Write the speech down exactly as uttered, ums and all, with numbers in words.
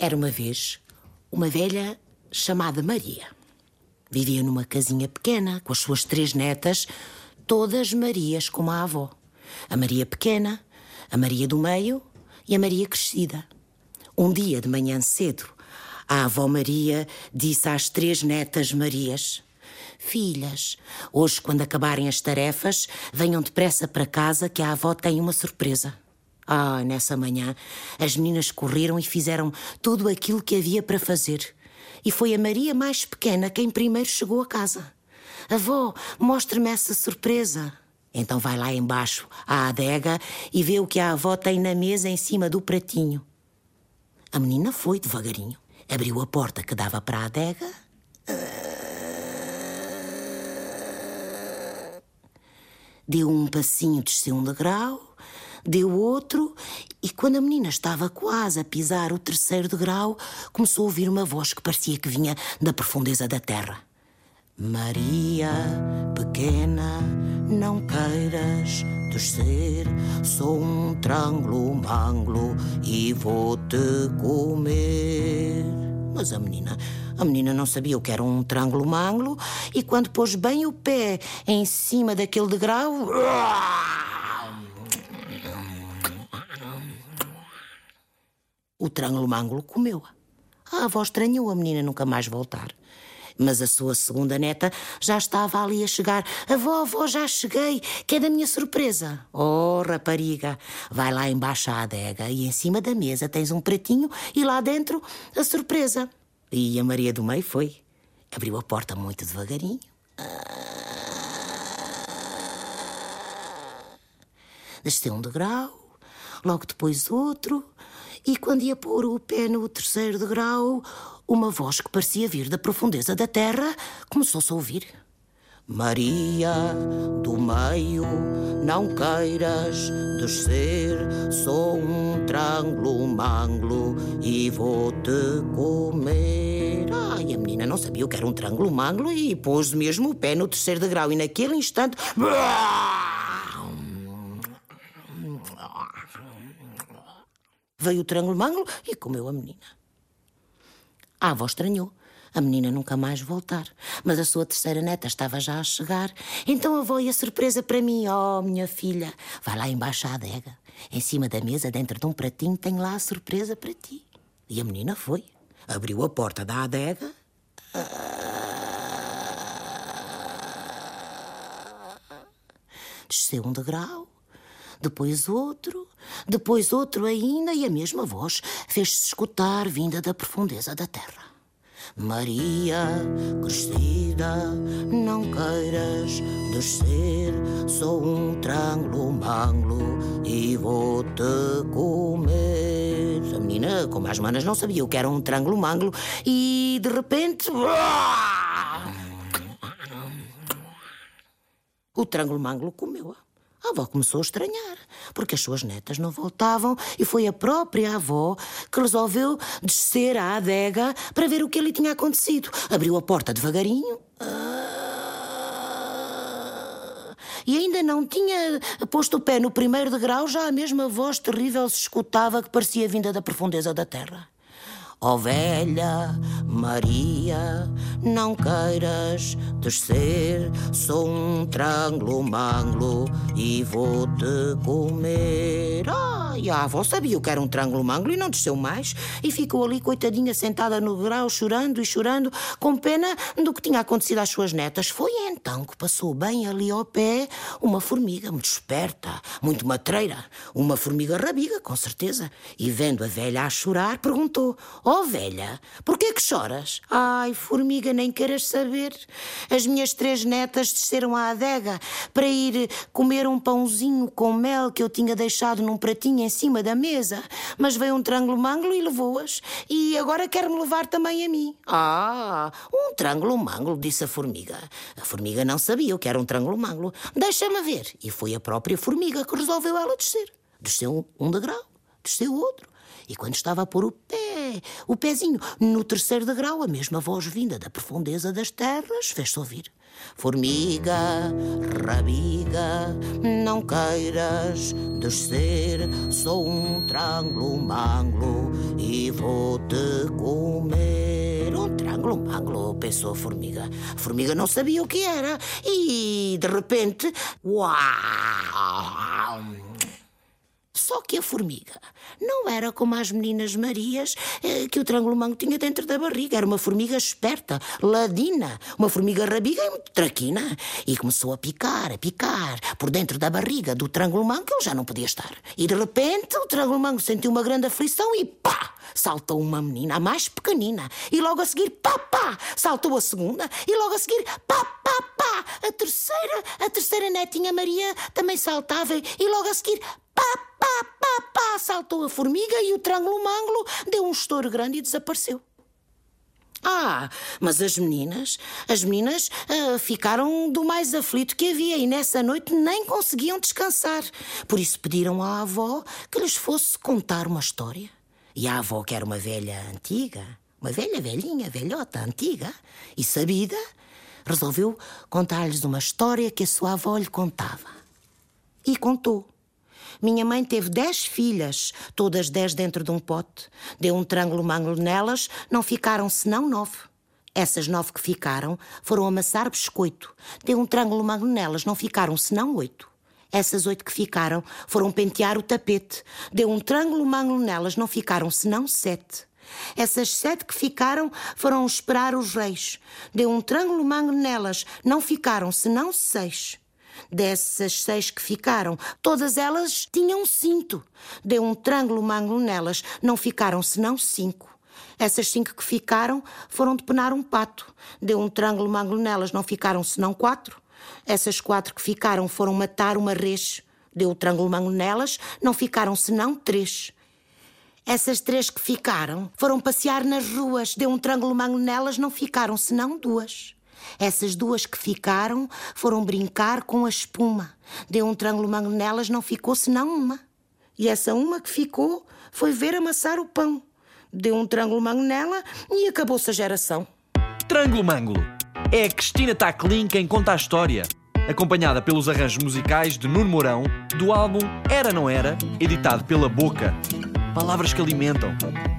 Era uma vez uma velha chamada Maria. Vivia numa casinha pequena com as suas três netas, todas Marias como a avó. A Maria pequena, a Maria do meio e a Maria crescida. Um dia de manhã cedo, a avó Maria disse às três netas Marias: filhas, hoje quando acabarem as tarefas, venham depressa para casa que a avó tem uma surpresa. Ah, nessa manhã, as meninas correram e fizeram tudo aquilo que havia para fazer. E foi a Maria mais pequena quem primeiro chegou a casa. Avó, mostre-me essa surpresa. Então vai lá embaixo à adega e vê o que a avó tem na mesa em cima do pratinho. A menina foi devagarinho. Abriu a porta que dava para a adega. Deu um passinho, desceu um degrau. Deu outro e quando a menina estava quase a pisar o terceiro degrau, começou a ouvir uma voz que parecia que vinha da profundeza da terra. Maria, pequena, não queiras descer, sou um tranglo-manglo e vou-te comer. Mas a menina, a menina não sabia o que era um tranglo-manglo e quando pôs bem o pé em cima daquele degrau... O tranglo-manglo comeu-a. A avó estranhou a menina nunca mais voltar. Mas a sua segunda neta já estava ali a chegar. Avó, avó, já cheguei, que é da minha surpresa. Oh, rapariga, vai lá embaixo à adega e em cima da mesa tens um pratinho e lá dentro a surpresa. E a Maria do meio foi. Abriu a porta muito devagarinho. Desceu um degrau, logo depois outro... E quando ia pôr o pé no terceiro degrau, uma voz que parecia vir da profundeza da terra começou-se a ouvir. Maria do meio, não queiras descer, sou um tranglo-manglo e vou-te comer. Ai, a menina não sabia o que era um tranglo-manglo e pôs mesmo o pé no terceiro degrau e naquele instante... Veio o tranglo-manglo e comeu a menina. A avó estranhou. A menina nunca mais voltar. Mas a sua terceira neta estava já a chegar. Então a avó ia surpresa para mim. Oh, minha filha, vai lá embaixo à adega. Em cima da mesa, dentro de um pratinho, tem lá a surpresa para ti. E a menina foi. Abriu a porta da adega. Desceu um degrau. Depois outro, depois outro ainda, e a mesma voz fez-se escutar vinda da profundeza da terra. Maria, crescida, não queiras descer, sou um tranglo-manglo e vou-te comer. A menina, como as manas, não sabia o que era um tranglo-manglo e, de repente... O tranglo-manglo comeu-a. A avó começou a estranhar, porque as suas netas não voltavam e foi a própria avó que resolveu descer à adega para ver o que ali tinha acontecido. Abriu a porta devagarinho e ainda não tinha posto o pé no primeiro degrau, já a mesma voz terrível se escutava que parecia vinda da profundeza da terra. Ó velha Maria, não queiras descer, sou um tranglo-manglo e vou-te comer. Ah, e a avó sabia o que era um tranglo-manglo e não desceu mais. E ficou ali, coitadinha, sentada no degrau, chorando e chorando, com pena do que tinha acontecido às suas netas. Foi então que passou bem ali ao pé uma formiga muito esperta, muito matreira, uma formiga rabiga, com certeza. E vendo a velha a chorar, perguntou: ó velha, porquê que choras? Ai, formiga, nem queiras saber. As minhas três netas desceram à adega para ir comer um pãozinho com mel que eu tinha deixado num pratinho em cima da mesa. Mas veio um tranglo-manglo e levou-as. E agora quer-me levar também a mim. Ah, um tranglo-manglo, disse a formiga. A formiga não sabia o que era um tranglo-manglo. Deixa-me ver. E foi a própria formiga que resolveu ela descer. Desceu um degrau, desceu outro. E quando estava a pôr o pé, o pezinho, no terceiro degrau, a mesma voz vinda da profundeza das terras fez-se ouvir. Formiga, rabiga, não queiras descer. Sou um tranglo-manglo e vou-te comer. Um tranglo-manglo, pensou a formiga. A formiga não sabia o que era e, de repente, uau! Só que a formiga não era como as meninas Marias eh, que o tranglo-mango tinha dentro da barriga. Era uma formiga esperta, ladina, uma formiga rabiga e muito traquina. E começou a picar, a picar, por dentro da barriga do tranglo-mango, que ele já não podia estar. E de repente o tranglo-mango sentiu uma grande aflição e pá! Saltou uma menina, a mais pequenina. E logo a seguir, pá, pá! Saltou a segunda. E logo a seguir, pá, pá, pá! A terceira, a terceira netinha Maria também saltava. E logo a seguir, pá, pá, pá, pá! Saltou a formiga e o tranglo-manglo deu um estouro grande e desapareceu. Ah, mas as meninas, as meninas uh, ficaram do mais aflito que havia e nessa noite nem conseguiam descansar. Por isso pediram à avó que lhes fosse contar uma história. E a avó, que era uma velha antiga, uma velha velhinha, velhota, antiga e sabida, resolveu contar-lhes uma história que a sua avó lhe contava. E contou. Minha mãe teve dez filhas, todas dez dentro de um pote. Deu um tranglo-manglo nelas, não ficaram senão nove. Essas nove que ficaram foram amassar biscoito. Deu um tranglo-manglo nelas, não ficaram senão oito. Essas oito que ficaram foram pentear o tapete. Deu um tranglo-manglo nelas, não ficaram senão sete. Essas sete que ficaram foram esperar os reis. Deu um tranglo-manglo nelas, não ficaram senão seis. Dessas seis que ficaram, todas elas tinham cinto. Deu um tranglo-manglo nelas, não ficaram senão cinco. Essas cinco que ficaram foram depenar um pato. Deu um tranglo-manglo nelas, não ficaram senão quatro. Essas quatro que ficaram foram matar uma res. Deu o tranglo-manglo nelas, não ficaram senão três. Essas três que ficaram foram passear nas ruas. Deu um tranglo-manglo nelas, não ficaram senão duas. Essas duas que ficaram foram brincar com a espuma. Deu um tranglo-manglo nelas, não ficou senão uma. E essa uma que ficou foi ver amassar o pão. Deu um tranglo-manglo nela e acabou-se a geração. Tranglo-manglo. É a Cristina Taclin quem conta a história, acompanhada pelos arranjos musicais de Nuno Mourão, do álbum Era Não Era, editado pela Boca. Palavras que alimentam.